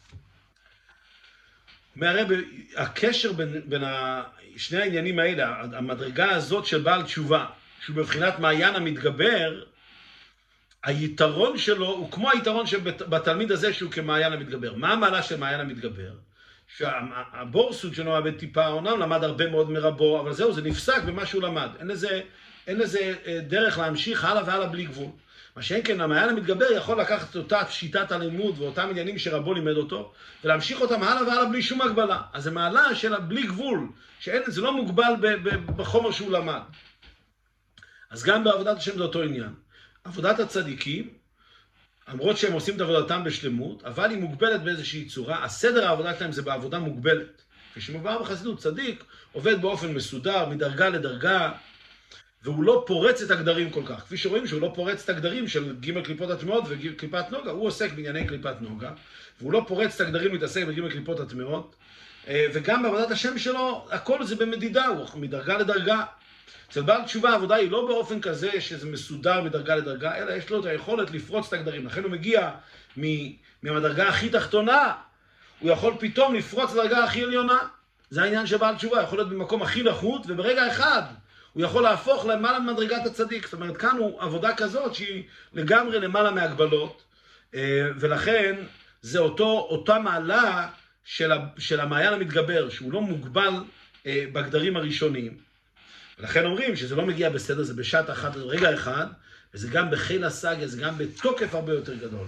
מהרי הקשר בין שני העניינים האלה, המדרגה הזאת של בעל תשובה, שהוא בבחינת מעיין המתגבר, היתרון שלו הוא כמו היתרון שבתלמיד הזה שהוא כמעיין המתגבר. מה המעלה של מעיין המתגבר? שהבור סוד שלו מאבד טיפה, אומנם למד הרבה מאוד מרבו, אבל זהו, זה נפסק במה שהוא למד. אין לזה דרך להמשיך הלאה והלאה בלי גבול. מה שאין כן, המעיין המתגבר יכול לקחת את אותה שיטת הלימוד ואותם עניינים שרבו לימד אותו, ולהמשיך אותם הלאה והלאה בלי שום הגבלה. אז זה מעלה של בלי גבול, זה לא מוגבל בחומר שהוא למד. אז גם בעבודת השם זה אותו עניין. עבודת הצדיקים, למרות שהם עושים את עבודתם בשלמות, אבל היא מוגבלת באיזושהי צורה. הסדר העבודה שלהם זה בעבודה מוגבלת. כשמובן בחסידות, צדיק עובד באופן מסודר, מדרגה לדרגה, והוא לא פורץ את הגדרים כל כך. כפי שרואים שהוא לא פורץ את הגדרים של ג' קליפות הטמעות וקליפת נוגה, הוא עוסק בענייני קליפת נוגה, והוא לא פורץ את הגדרים להתעסק בג' קליפות הטמעות, וגם בעבודת השם שלו, הכל זה במדידה, הוא מדרגה לדרגה. אצל בעל תשובה העבודה היא לא באופן כזה שזה מסודר מדרגה לדרגה, אלא יש לו את היכולת לפרוץ את הגדרים. לכן הוא מגיע מהדרגה הכי תחתונה, הוא יכול פתאום לפרוץ את הדרגה הכי עליונה. זה העניין של בעל תשובה, יכול להיות במקום הכי נחות, וברגע אחד הוא יכול להפוך למעלה ממדרגת הצדיק. זאת אומרת, כאן הוא עבודה כזאת שהיא לגמרי למעלה מהגבלות, ולכן זה אותה מעלה של המעיין המתגבר, שהוא לא מוגבל בגדרים הראשונים. ולכן אומרים שזה לא מגיע בסדר, זה בשעת אחת, רגע אחד, וזה גם בחיל הסגיה, זה גם בתוקף הרבה יותר גדול.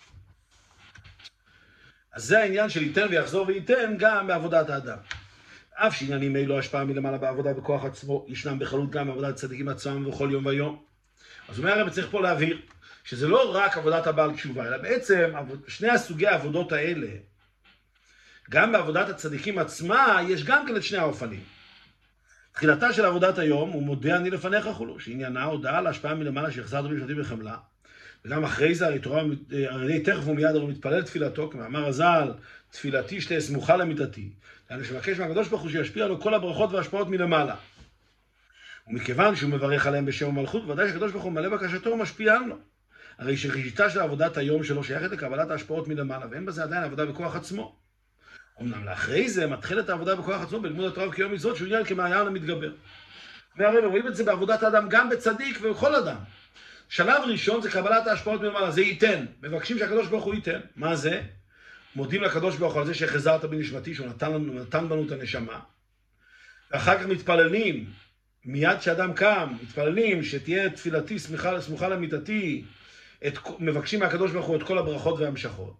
אז זה העניין של ייתן ויחזור וייתן גם בעבודת האדם. אף שעניינים אלו השפעה מלמעלה בעבודה בכוח עצמו, ישנם בחלות גם בעבודת צדיקים עצמם וכל יום ויום. אז אומר הרב צריך פה להבהיר, שזה לא רק עבודת הבעל תשובה, אלא בעצם שני הסוגי העבודות האלה, גם בעבודת הצדיקים עצמה, יש גם כן את שני האופנים. תחילתה של עבודת היום, הוא מודה אני לפניך כולו, שעניינה הודעה להשפעה מלמעלה שהחזרת בי משפטים בחמלה, וגם אחרי זה הרי תכף ומיד הוא מתפלל תפילתו, כמאמר הז"ל, תפילתי שתהיה סמוכה למיטתי, אני שמבקש מהקדוש ברוך הוא שישפיע לו כל הברכות וההשפעות מלמעלה. ומכיוון שהוא מברך עליהם בשם המלכות, ודאי שהקדוש ברוך הוא מלא בקשתו ומשפיע לו. הרי שראשיתה של עבודת היום שלו שייכת לקבלת ההשפעות מלמעלה, ואין בזה עדיין עבודה בכוח עצמו. אמנם לאחרי זה מתחילת העבודה בכוח עצמו בלימוד התורה וכיום מצוות שהוא עניין כמעיין המתגבר. והרי רואים את זה בעבודת האדם גם בצדיק ובכל אדם. שלב ראשון זה קבלת ההשפעות מלמעלה, זה ייתן. מבקשים שהקדוש ברוך הוא ייתן. מה זה?
מודים לקדוש ברוך הוא על זה שהחזרת בנשמתי, שהוא נתן בנו את הנשמה. ואחר כך מתפללים, מיד כשאדם קם, מתפללים שתהיה תפילתי סמוכה למיטתי, מבקשים מהקדוש ברוך הוא את כל הברכות והמשכות.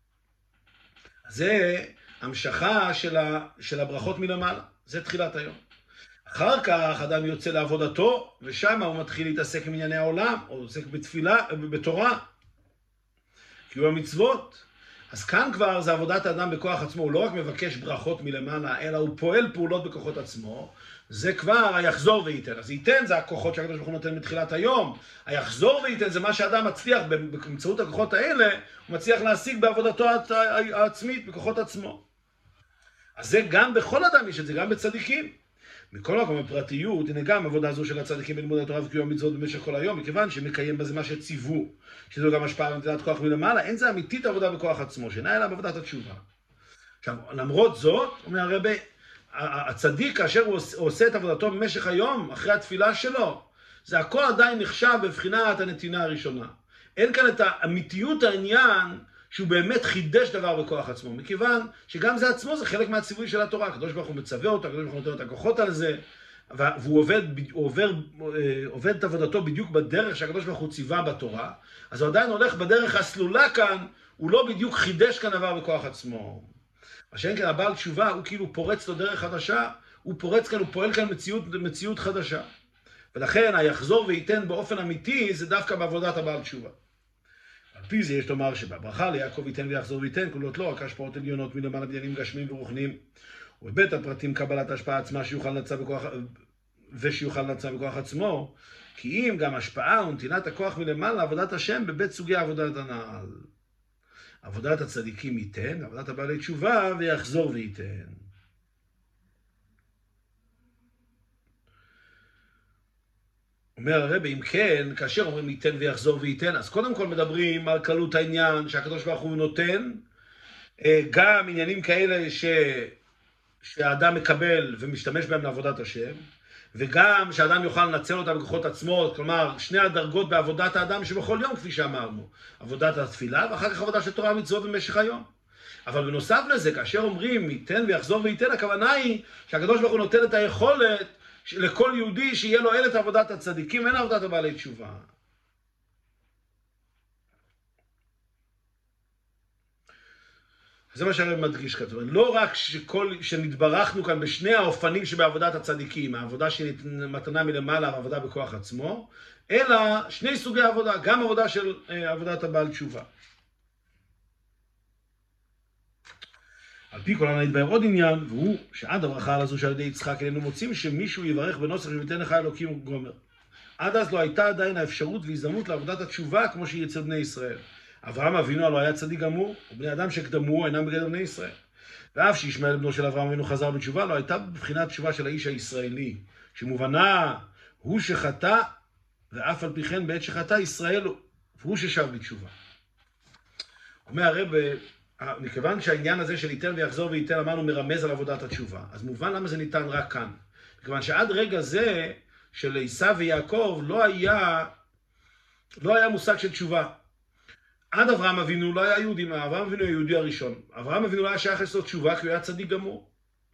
זה המשכה של הברכות מלמעלה, זה תחילת היום. אחר כך אדם יוצא לעבודתו, ושם הוא מתחיל להתעסק עם ענייני העולם, או עוסק בתפילה, בתורה, כי הוא המצוות. אז כאן כבר זה עבודת האדם בכוח עצמו, הוא לא רק מבקש ברכות מלמעלה, אלא הוא פועל פעולות בכוחות עצמו, זה כבר היחזור וייתן. אז ייתן זה הכוחות שהקדוש ברוך הוא נותן מתחילת היום, היחזור וייתן זה מה שאדם מצליח, באמצעות הכוחות האלה, הוא מצליח להשיג בעבודתו העצמית, בכוחות עצמו. אז זה גם בכל אדם יש את זה, גם בצדיקים. מכל מקום בפרטיות, הנה גם עבודה זו של הצדיקים בלימוד התורה וקיום המצוות במשך כל היום, מכיוון שמקיים בזה מה שציוו, שזו גם השפעה ונטילת כוח מלמעלה, אין זה אמיתית עבודה בכוח עצמו, שאינה אלא בעבודת התשובה. עכשיו, למרות זאת, אומר הרבי, הצדיק כאשר הוא עושה את עבודתו במשך היום, אחרי התפילה שלו, זה הכל עדיין נחשב בבחינת הנתינה הראשונה. אין כאן את האמיתיות העניין שהוא באמת חידש דבר בכוח עצמו, מכיוון שגם זה עצמו זה חלק מהציווי של התורה, הקדוש ברוך הוא מצווה אותו, הקדוש ברוך הוא נותן את הכוחות על זה, והוא עובד את עבודתו בדיוק בדרך שהקדוש ברוך הוא ציווה בתורה, אז הוא עדיין הולך בדרך הסלולה כאן, הוא לא בדיוק חידש כאן דבר בכוח עצמו. מה שאין כאן הבעל תשובה, הוא כאילו פורץ לו דרך חדשה, הוא פורץ כאן, הוא פועל כאן מציאות חדשה. ולכן היחזור וייתן באופן אמיתי זה דווקא בעבודת הבעל תשובה. על פי זה יש לומר שבברכה ליעקב ייתן ויחזור וייתן, כוללות לא רק השפעות עליונות מלמעלה בעניינים גשמיים ורוחניים, ובבית הפרטים קבלת ההשפעה עצמה שיוכל לנצח בכוח עצמו, כי אם גם השפעה ונתינת הכוח מלמעלה עבודת השם בבית סוגי עבודת הנעל. עבודת הצדיקים ייתן, עבודת הבעלי תשובה ויחזור וייתן. אומר הרבי, אם כן, כאשר אומרים ייתן ויחזור וייתן, אז קודם כל מדברים על כללות העניין שהקדוש ברוך הוא נותן, גם עניינים כאלה שהאדם מקבל ומשתמש בהם לעבודת השם, וגם שהאדם יוכל לנצל אותה בכוחות עצמו, כלומר, שני הדרגות בעבודת האדם שבכל יום, כפי שאמרנו, עבודת התפילה, ואחר כך עבודה של תורה ומצוות במשך היום. אבל בנוסף לזה, כאשר אומרים ייתן ויחזור וייתן, הכוונה היא שהקדוש ברוך הוא נותן את היכולת לכל יהודי שיהיה לו את עבודת הצדיקים, ואין עבודת הבעלי תשובה. זה מה שהרב מדגיש כתוב. לא רק שנתברכנו כאן בשני האופנים שבעבודת הצדיקים, העבודה שמתנה מלמעלה, העבודה בכוח עצמו, אלא שני סוגי עבודה, גם עבודה של עבודת הבעל תשובה. על פי כל הנתבהר עוד עניין, והוא שעד הברכה על הזו שעל ידי יצחק אלינו מוצאים שמישהו יברך בנוסח שביתן לך אלוקים גומר. עד אז לא הייתה עדיין האפשרות והזדמנות לעבודת התשובה כמו שהיא אצל בני ישראל. אברהם אבינו הלא היה צדיק גמור, ובני אדם שקדמו אינם בגדר בני ישראל. ואף שישמעאל בנו של אברהם אבינו חזר בתשובה, לא הייתה בבחינת תשובה של האיש הישראלי, שמובנה הוא שחטא, ואף על פי כן בעת שחטא ישראל הוא ששב בתשובה. אומר הרב, מכיוון שהעניין הזה של ייתן ויחזור וייתן אמרנו מרמז על עבודת התשובה, אז מובן למה זה ניתן רק כאן. מכיוון שעד רגע זה של עשיו ויעקב לא היה מושג של תשובה. עד אברהם אבינו לא היה יהודי, אברהם אבינו היה יהודי הראשון. אברהם אבינו לא היה שייך לעשות תשובה כי הוא היה צדיק גמור.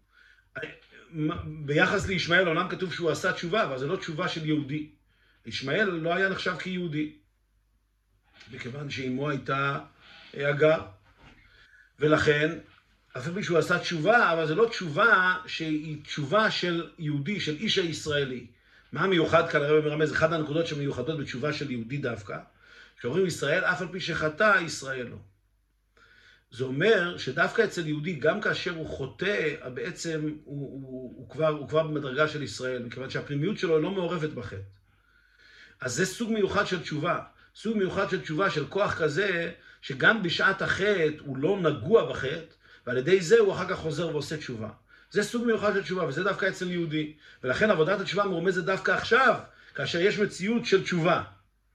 ביחס לישמעאל אומנם כתוב שהוא עשה תשובה, אבל זה לא תשובה של יהודי. ישמעאל לא היה נחשב כיהודי, מכיוון שאמו הייתה הגר. ולכן, אפילו שהוא עשה תשובה, אבל זה לא תשובה שהיא תשובה של יהודי, של איש הישראלי. מה המיוחד כאן? הרב מרמז, אחד הנקודות שמיוחדות בתשובה של יהודי דווקא, שאומרים ישראל, אף על פי שחטא, ישראל לא. זה אומר שדווקא אצל יהודי, גם כאשר הוא חוטא, בעצם הוא כבר במדרגה של ישראל, מכיוון שהפנימיות שלו לא מעורבת בחטא. אז זה סוג מיוחד של תשובה. סוג מיוחד של תשובה של כוח כזה, שגם בשעת החטא הוא לא נגוע בחטא, ועל ידי זה הוא אחר כך חוזר ועושה תשובה. זה סוג מיוחד של תשובה, וזה דווקא אצל יהודי. ולכן עבודת התשובה מרומזת דווקא עכשיו, כאשר יש מציאות של תשובה.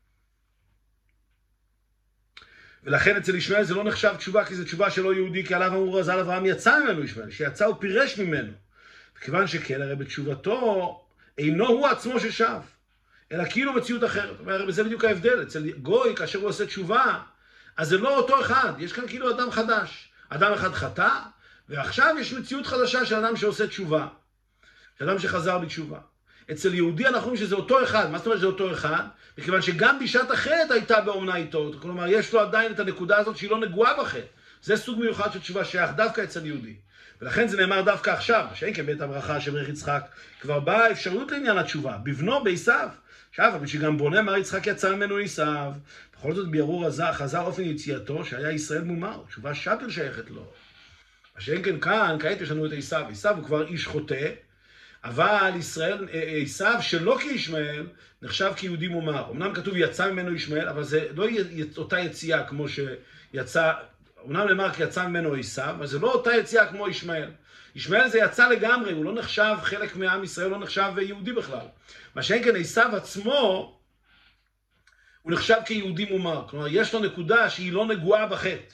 ולכן אצל ישמעאל זה לא נחשב תשובה, כי זה תשובה שלא יהודי, כי עליו אמרו אז על אברהם יצא ממנו ישמעאל, שיצא הוא פירש ממנו. וכיוון שכן, הרי בתשובתו אינו הוא עצמו ששב, אלא כאילו מציאות אחרת. וזה בדיוק ההבדל. אצל גוי, כאשר הוא עושה תשובה, אז זה לא אותו אחד, יש כאן כאילו אדם חדש. אדם אחד חטא, ועכשיו יש מציאות חדשה של אדם שעושה תשובה. של אדם שחזר בתשובה. אצל יהודי אנחנו רואים שזה אותו אחד. מה זאת אומרת שזה אותו אחד? מכיוון שגם בשעת החטא הייתה באומנה איתו. כלומר, יש לו עדיין את הנקודה הזאת שהיא לא נגועה בחטא. זה סוג מיוחד של תשובה שייך דווקא אצל יהודי. ולכן זה נאמר דווקא עכשיו, שאין כבית הברכה שברך יצחק, כבר באה אפשרות לעניין התשובה, בבנו בעשיו. עכשיו, שגם בונה מר יצחק יצא ממנו עשיו. בכל זאת בירור חזר אופן יציאתו שהיה ישראל מומר, תשובה שפל שייכת לו. מה שאין כן כאן, כעת יש לנו את עשיו. עשיו הוא כבר איש חוטא, אבל עשיו שלא כישמעאל נחשב כיהודי מומר. אמנם כתוב יצא ממנו ישמעאל, אבל זה לא אותה יציאה כמו שיצא, אמנם נאמר כי יצא ממנו עשיו, אבל זה לא אותה יציאה כמו ישמעאל. ישמעאל זה יצא לגמרי, הוא לא נחשב חלק מעם ישראל, לא נחשב יהודי בכלל. מה שאין כן עשיו עצמו, הוא נחשב כיהודי מומר. כלומר, יש לו נקודה שהיא לא נגועה בחטא.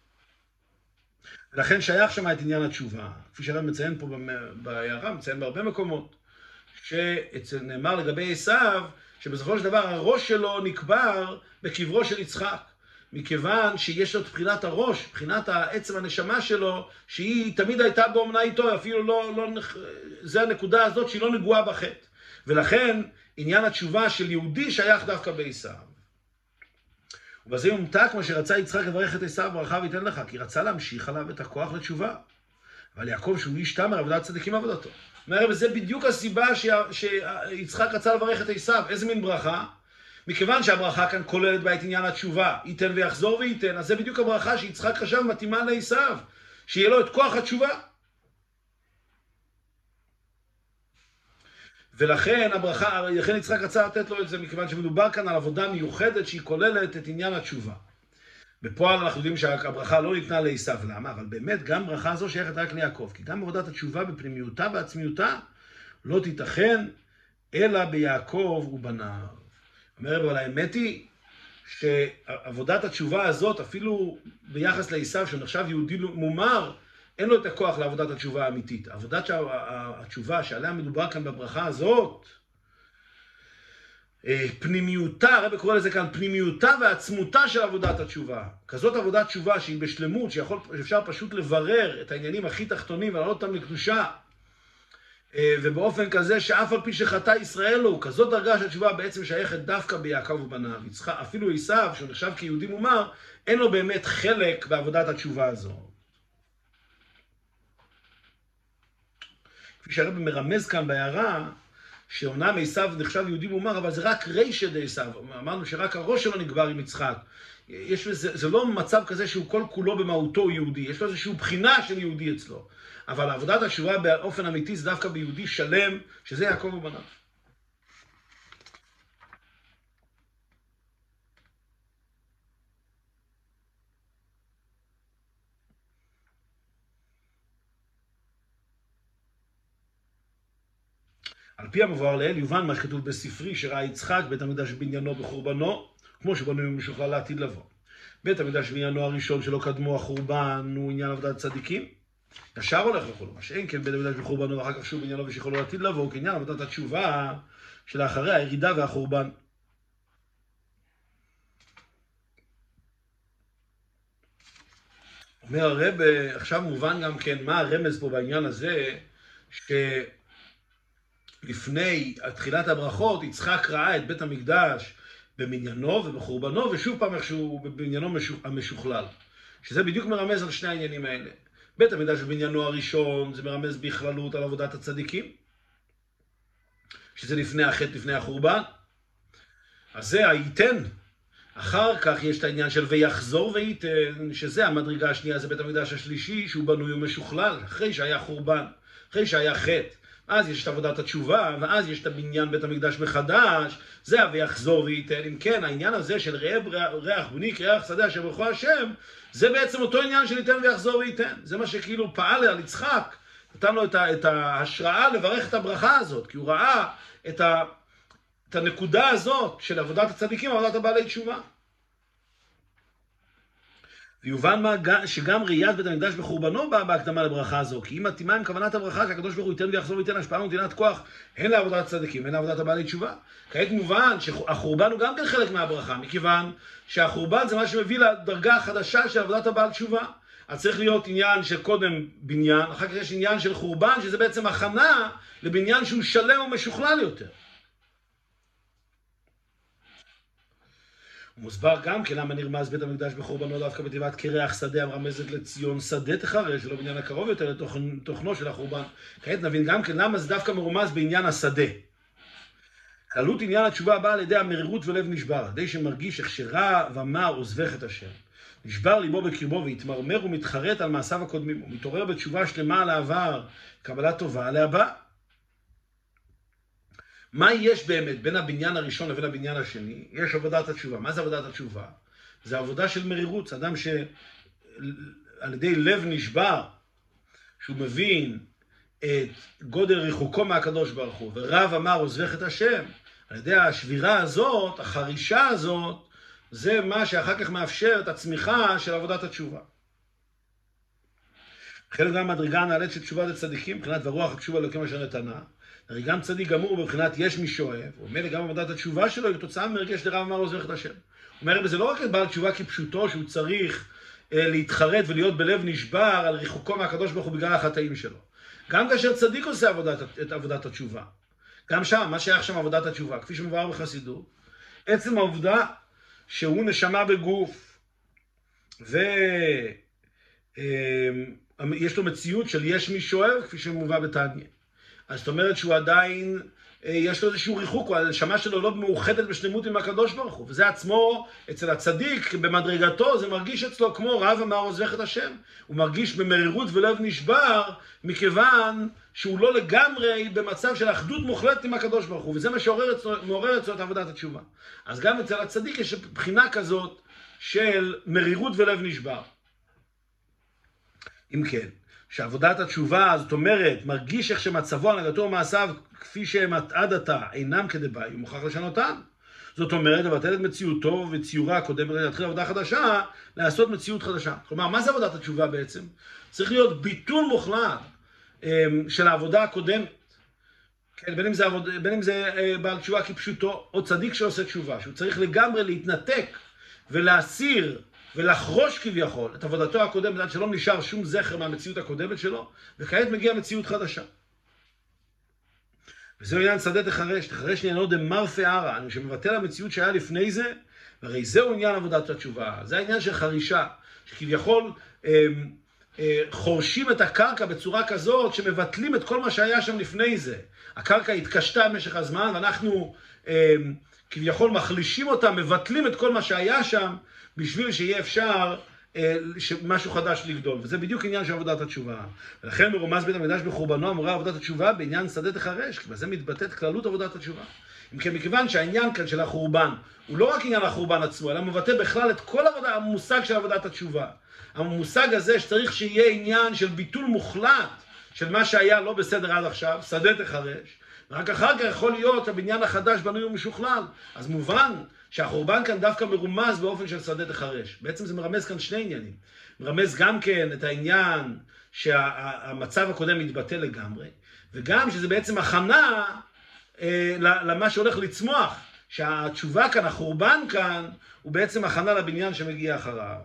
ולכן שייך שם את עניין התשובה. כפי שהרב מציין פה בהערה, מציין בהרבה מקומות, שנאמר לגבי עשיו, שבסופו של דבר הראש שלו נקבר בקברו של יצחק. מכיוון שיש לו את בחינת הראש, בחינת העצם הנשמה שלו, שהיא תמיד הייתה באומנה איתו, אפילו לא זה הנקודה הזאת שהיא לא נגועה בחטא. ולכן עניין התשובה של יהודי שייך דווקא בעשיו. ובזה יומתק מה שרצה יצחק לברך את עשיו ברכה ויתן לך, כי רצה להמשיך עליו את הכוח לתשובה. אבל יעקב שהוא איש תמר עבודת צדיקים עבודתו. אומר, וזה בדיוק הסיבה שיצחק רצה לברך את עשיו. איזה מין ברכה? מכיוון שהברכה כאן כוללת בה את עניין התשובה, ייתן ויחזור וייתן, אז זה בדיוק הברכה שיצחק חשב מתאימה לעשיו, שיהיה לו את כוח התשובה. ולכן הברכה, לכן יצחק רצה לתת לו את זה, מכיוון שמדובר כאן על עבודה מיוחדת שהיא כוללת את עניין התשובה. בפועל אנחנו יודעים שהברכה לא ניתנה לעשיו, למה? אבל באמת גם ברכה הזו שייכת רק ליעקב, כי גם עבודת התשובה בפנימיותה ועצמיותה לא תיתכן אלא ביעקב ובניו. אומר, אבל האמת היא שעבודת התשובה הזאת, אפילו ביחס לעשיו, שהוא נחשב יהודי מומר, אין לו את הכוח לעבודת התשובה האמיתית. עבודת התשובה שעליה מדובר כאן בברכה הזאת, פנימיותה, הרב קורא לזה כאן, פנימיותה ועצמותה של עבודת התשובה. כזאת עבודת תשובה שהיא בשלמות, שאפשר פשוט לברר את העניינים הכי תחתונים ולעלות אותם לקדושה, ובאופן כזה שאף על פי שחטא ישראל לו, כזאת דרגה שהתשובה בעצם שייכת דווקא ביעקב ובניו. אפילו עשיו, שהוא נחשב כיהודי מומר, אין לו באמת חלק בעבודת התשובה הזו. כפי שהרב מרמז כאן בהערה, שאומנם עשיו נחשב יהודי מומר, אבל זה רק רישא דעשיו. אמרנו שרק הראש שלו נקבר עם יצחק. זה לא מצב כזה שהוא כל כולו במהותו יהודי, יש לו איזושהי בחינה של יהודי אצלו. אבל עבודת התשובה באופן אמיתי זה דווקא ביהודי שלם, שזה יעקב ובניו. על פי המבואר לעיל יובן מה שכתוב בספרי שראה יצחק בית המקדש בניינו בחורבנו, כמו שבנוי ומשוכלל לעתיד לבוא. בית המקדש בניינו הראשון שלא קדמו החורבן הוא עניין עבודת צדיקים, ישר הולך לחול, מה שאין כן בית המקדש בחורבנו ואחר כך שוב בניינו ושכלו לעתיד לבוא, כעניין עבודת התשובה שלאחרי הירידה והחורבן. אומר הרב, עכשיו מובן גם כן מה הרמז פה בעניין הזה, לפני תחילת הברכות, יצחק ראה את בית המקדש במניינו ובחורבנו, ושוב פעם איכשהו בבניינו המשוכלל. שזה בדיוק מרמז על שני העניינים האלה. בית המקדש בבניינו הראשון, זה מרמז בכללות על עבודת הצדיקים, שזה לפני החטא, לפני החורבן. אז זה הייתן. אחר כך יש את העניין של ויחזור וייתן, שזה המדרגה השנייה, זה בית המקדש השלישי, שהוא בנוי ומשוכלל, אחרי שהיה חורבן, אחרי שהיה חטא. אז יש את עבודת התשובה, ואז יש את הבניין בית המקדש מחדש, זה ויחזור וייתן. אם כן, העניין הזה של ראה ריח בוני כריח שדה אשר ברכו השם, זה בעצם אותו עניין של ייתן ויחזור וייתן. זה מה שכאילו פעל על יצחק, נתן לו את ההשראה לברך את הברכה הזאת, כי הוא ראה את הנקודה הזאת של עבודת הצדיקים, עבודת הבעלי תשובה. ויובן שגם ראיית בית המקדש בחורבנו באה בהקדמה לברכה הזו, כי היא מתאימה עם כוונת הברכה שהקדוש ברוך הוא ייתן ויחזור וייתן השפעה ונתינת כוח הן לעבודת הצדיקים הן לעבודת הבעלי תשובה. כעת מובן שהחורבן הוא גם כן חלק מהברכה, מכיוון שהחורבן זה מה שמביא לדרגה החדשה של עבודת הבעל תשובה. אז צריך להיות עניין של קודם בניין, אחר כך יש עניין של חורבן, שזה בעצם הכנה לבניין שהוא שלם ומשוכלל יותר. הוא מוסבר גם כן למה נרמז בית המקדש בחורבנו דווקא בתיבת קרח שדה המרמזת לציון שדה תחרש, שלא בניין הקרוב יותר לתוכנו של החורבן. כעת נבין גם כן למה זה דווקא מרומז בעניין השדה. קלות עניין התשובה באה על ידי המרירות ולב נשבר, על ידי שמרגיש איך שרע ומר עוזבך את השם. נשבר ליבו בקרבו והתמרמר ומתחרט על מעשיו הקודמים, ומתעורר בתשובה שלמה על העבר, קבלת טובה על הבא. מה יש באמת בין הבניין הראשון לבין הבניין השני? יש עבודת התשובה. מה זה עבודת התשובה? זה עבודה של מרירות. אדם שעל ידי לב נשבר, שהוא מבין את גודל ריחוקו מהקדוש ברוך הוא, ורב אמר עוזבך את השם, על ידי השבירה הזאת, החרישה הזאת, זה מה שאחר כך מאפשר את הצמיחה של עבודת התשובה. חלק גם מדרגה הנעלית של תשובת הצדיקים, מבחינת ורוח התשובה אלוקים אשר נתנה, הרי גם צדיק גמור בבחינת יש מי שאוהב, הוא אומר גם עבודת התשובה שלו היא תוצאה מרגש דרב אמר עוזבך את השם. הוא אומר בזה לא רק את בעל תשובה כפשוטו שהוא צריך להתחרט ולהיות בלב נשבר על ריחוקו מהקדוש ברוך הוא בגלל החטאים שלו. גם כאשר צדיק עושה את עבודת התשובה, גם שם, מה שייך שם עבודת התשובה, כפי שמובהר בחסידות, עצם העובדה שהוא נשמה בגוף, ויש לו מציאות של יש מי שאוהב, כפי שמובא בתניא. אז זאת אומרת שהוא עדיין, יש לו איזשהו ריחוק, הנשמה שלו לא מאוחדת בשלמות עם הקדוש ברוך הוא, וזה עצמו, אצל הצדיק, במדרגתו, זה מרגיש אצלו כמו רב אמר עוזבך את השם. הוא מרגיש במרירות ולב נשבר, מכיוון שהוא לא לגמרי במצב של אחדות מוחלטת עם הקדוש ברוך הוא, וזה מה שמעורר אצלו את עבודת התשובה. אז גם אצל הצדיק יש בחינה כזאת של מרירות ולב נשבר. אם כן, שעבודת התשובה, זאת אומרת, מרגיש איך שמצבו, הנהגתו ומעשיו, כפי שהם עד עתה, אינם כדבעי, הוא מוכרח לשנותם. זאת אומרת, לבטל את מציאותו וציורה הקודמת, להתחיל עבודה חדשה, לעשות מציאות חדשה. כלומר, מה זה עבודת התשובה בעצם? צריך להיות ביטול מוחלט של העבודה הקודמת. כן, בין אם זה בעל תשובה כפשוטו, או צדיק שעושה תשובה, שהוא צריך לגמרי להתנתק ולהסיר ולחרוש כביכול את עבודתו הקודמת, עד שלא נשאר שום זכר מהמציאות הקודמת שלו, וכעת מגיעה מציאות חדשה. וזהו עניין שדה תחרש, תחרש עניינו דמר פארה, שמבטל המציאות שהיה לפני זה, והרי זהו עניין עבודת התשובה, זה העניין של חרישה, שכביכול חורשים את הקרקע בצורה כזאת, שמבטלים את כל מה שהיה שם לפני זה. הקרקע התקשתה במשך הזמן, ואנחנו כביכול מחלישים אותה, מבטלים את כל מה שהיה שם, בשביל שיהיה אפשר משהו חדש לגדול. וזה בדיוק עניין של עבודת התשובה. ולכן מרומז בית המקדש בחורבנו אמרה עבודת התשובה בעניין שדה תחרש, כי בזה מתבטאת כללות עבודת התשובה. אם כן, מכיוון שהעניין כאן של החורבן, הוא לא רק עניין החורבן עצמו, אלא מבטא בכלל את כל המושג של עבודת התשובה. המושג הזה שצריך שיהיה עניין של ביטול מוחלט של מה שהיה לא בסדר עד עכשיו, שדה תחרש, ורק אחר כך יכול להיות הבניין החדש בנוי ומשוכלל. אז מובן שהחורבן כאן דווקא מרומז באופן של שדה תחרש. בעצם זה מרמז כאן שני עניינים. מרמז גם כן את העניין שהמצב הקודם מתבטל לגמרי, וגם שזה בעצם הכנה למה שהולך לצמוח. שהתשובה כאן, החורבן כאן, הוא בעצם הכנה לבניין שמגיע אחריו.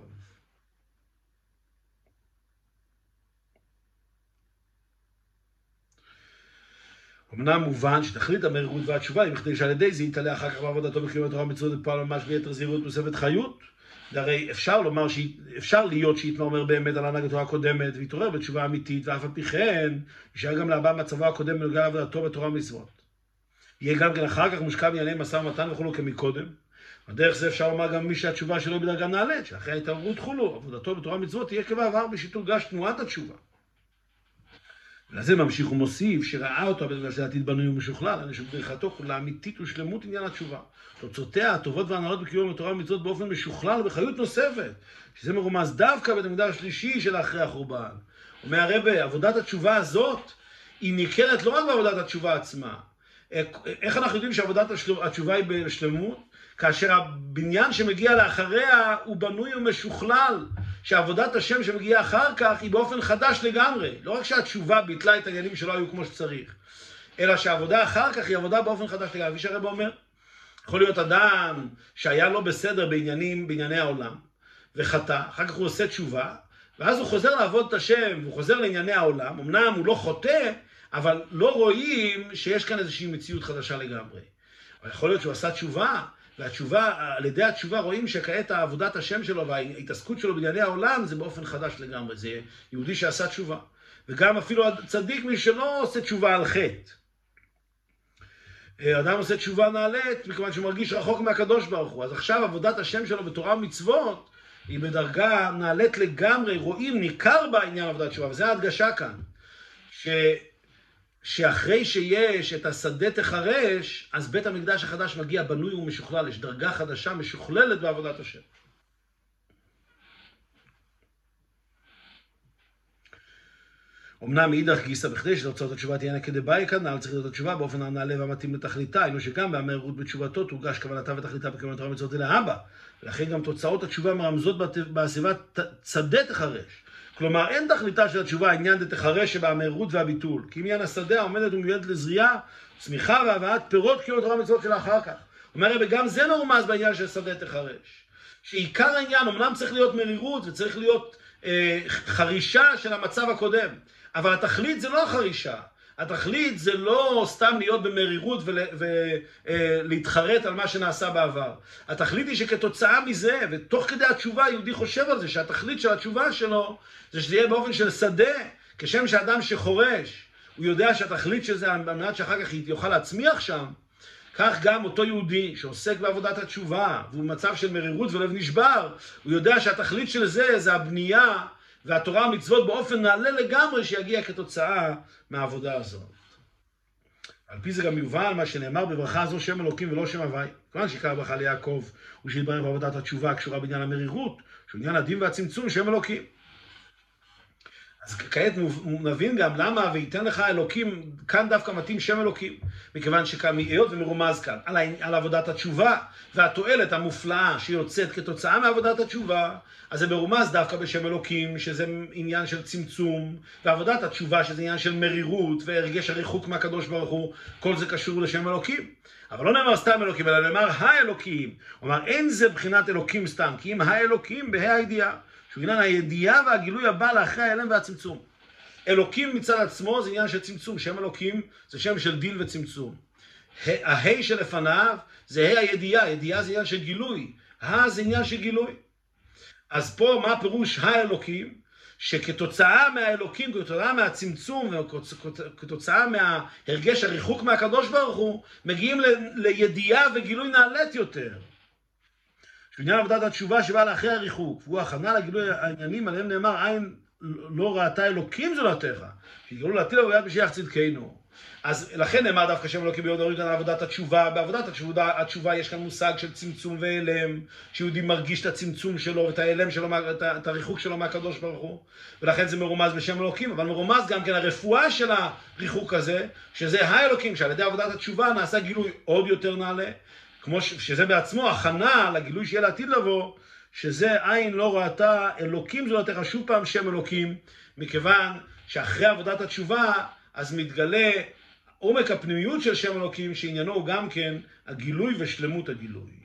אמנם מובן שתכלית המרירות והתשובה היא בכדי שעל ידי זה יתעלה אחר כך בעבודתו בקיום התורה ומצוות ופעל ממש ביתר זהירות ותוספת חיות. והרי אפשר להיות שיתמרמר באמת על הנהגתו הקודמת ויתעורר בתשובה אמיתית, ואף על פי כן יישאר גם להבא מצבו הקודם בנוגע לעבודתו בתורה ומצוות. יהיה גם כן אחר כך מושקע בענייני משא ומתן וכולו כמקודם. בדרך זה אפשר לומר גם מי שהתשובה שלו בדרגה נעלית, שאחרי ההתעוררות כולו, עבודתו בתורה ומצוות תהיה כבעבר בשיתוף גש תנועת התשובה. ולזה ממשיך ומוסיף שראה אותו בגלל שלעתיד בנוי ומשוכלל, אני שבריחתו כולה אמיתית ושלמות עניין התשובה. תוצאותיה הטובות והנעלות בקיום התורה ומצוות באופן משוכלל ובחיות נוספת, שזה מרומז דווקא בית המקדש השלישי של אחרי החורבן. אומר הרבי, עבודת התשובה הזאת היא ניכרת לא רק בעבודת התשובה עצמה. איך אנחנו יודעים שעבודת התשובה היא בשלמות? כאשר הבניין שמגיע לאחריה הוא בנוי ומשוכלל, שעבודת השם שמגיעה אחר כך היא באופן חדש לגמרי. לא רק שהתשובה ביטלה את העניינים שלא היו כמו שצריך, אלא שהעבודה אחר כך היא עבודה באופן חדש לגמרי. כפי שהרב אומר, יכול להיות אדם שהיה לא בסדר בענייני העולם, וחטא, אחר כך הוא עושה תשובה,
ואז הוא חוזר לעבוד את השם, והוא חוזר לענייני העולם, אמנם הוא לא חוטא, אבל לא רואים שיש כאן איזושהי מציאות חדשה לגמרי. אבל יכול להיות שהוא עשה תשובה, והתשובה, על ידי התשובה רואים שכעת עבודת השם שלו וההתעסקות שלו בענייני העולם זה באופן חדש לגמרי. זה יהודי שעשה תשובה. וגם אפילו צדיק מי שלא עושה תשובה על חטא. אדם עושה תשובה נעלית מכיוון שהוא מרגיש רחוק מהקדוש ברוך הוא. אז עכשיו עבודת השם שלו בתורה ומצוות היא בדרגה נעלית לגמרי, רואים, ניכר בעניין עבודת תשובה. וזה ההדגשה כאן. שאחרי שיש את השדה תחרש, אז בית המקדש החדש מגיע בנוי ומשוכלל, יש דרגה חדשה משוכללת בעבודת השם. אמנם מאידך גיסא בכדי שתוצאות התשובה תהיינה כדבעי כנ"ל, צריך להיות התשובה באופן הנעלה והמתאים לתכליתה, היינו שגם בהמהרות בתשובתו תורגש כוונתה ותכליתה בכוונת תורה ומצוות להבא, ולכן גם תוצאות התשובה מרמזות בהסבת שדה תחרש. כלומר, אין תכליתה של התשובה העניין דתחרש שבהמהרות והביטול, כי עניין השדה העומדת ומיועדת לזריעה, צמיחה והבאת פירות כוונת תורה ומצוות שלה אחר כך. אומר רבי, גם זה מרומז בעניין של שדה תחרש. שעיקר העניין, אמנם צריך להיות מרירות וצריך להיות חרישה של המצב הקודם, אבל התכלית זה לא החרישה. התכלית זה לא סתם להיות במרירות ולהתחרט על מה שנעשה בעבר. התכלית היא שכתוצאה מזה, ותוך כדי התשובה היהודי חושב על זה, שהתכלית של התשובה שלו זה שזה יהיה באופן של שדה, כשם שאדם שחורש, הוא יודע שהתכלית של זה, על מנת שאחר כך יוכל להצמיח שם, כך גם אותו יהודי שעוסק בעבודת התשובה, והוא במצב של מרירות ולב נשבר, הוא יודע שהתכלית של זה הבנייה, והתורה והמצוות באופן נעלה לגמרי שיגיע כתוצאה מהעבודה הזאת. על פי זה גם יובן מה שנאמר בברכה הזו שם אלוקים ולא שם הווי. כמובן שעיקר ברכה ליעקב הוא שהתברר בעבודת התשובה הקשורה בעניין המרירות, שהוא עניין הדין והצמצום שם אלוקים. אז כעת נבין גם למה וייתן לך אלוקים, כאן דווקא מתאים שם אלוקים, מכיוון היות ומרומז כאן על עבודת התשובה והתועלת המופלאה שיוצאת כתוצאה מעבודת התשובה, אז זה מרומז דווקא בשם אלוקים, שזה עניין של צמצום, ועבודת התשובה שזה עניין של מרירות והרגש הריחוק מהקדוש ברוך הוא, כל זה קשור לשם אלוקים. אבל לא נאמר סתם אלוקים, אלא נאמר האלוקים. כלומר, אין זה בחינת אלוקים סתם, כי אם האלוקים בה"א הידיעה. שהוא עניין הידיעה והגילוי הבא לאחרי ההלם והצמצום. אלוקים מצד עצמו זה עניין של צמצום, שם אלוקים זה שם של דין וצמצום. ההי שלפניו זה ה' הידיעה, הידיעה זה עניין של גילוי, זה עניין של גילוי. אז פה מה פירוש האלוקים? שכתוצאה מהאלוקים, כתוצאה מהצמצום וכתוצאה מההרגש הריחוק מהקדוש ברוך הוא, מגיעים לידיעה וגילוי נעלית יותר. שעניין עבודת התשובה שבאה לאחרי הריחוק, והוא הכנה לגילוי העניינים עליהם נאמר, עין לא ראתה אלוקים זולתך, שיגלו להטיל עבו יד משיח צדקנו. אז לכן נאמר דווקא שם אלוקים ביהודה הוריד כאן על עבודת התשובה. בעבודת התשובה יש כאן מושג של צמצום והלם, שיהודי מרגיש את הצמצום שלו ואת ההלם שלו, את הריחוק שלו מהקדוש ברוך הוא, ולכן זה מרומז בשם אלוקים, אבל מרומז גם כן הרפואה של הריחוק הזה, שזה האלוקים, שעל ידי עבודת התשובה נעשה גילוי עוד יותר נעלה, כמו שזה בעצמו הכנה לגילוי שיהיה לעתיד לבוא, שזה עין לא ראתה אלוקים זולתך, שוב פעם שם אלוקים, מכיוון שאחרי עבודת התשובה אז מתגלה עומק הפנימיות של שם אלוקים, שעניינו גם כן הגילוי ושלמות הגילוי.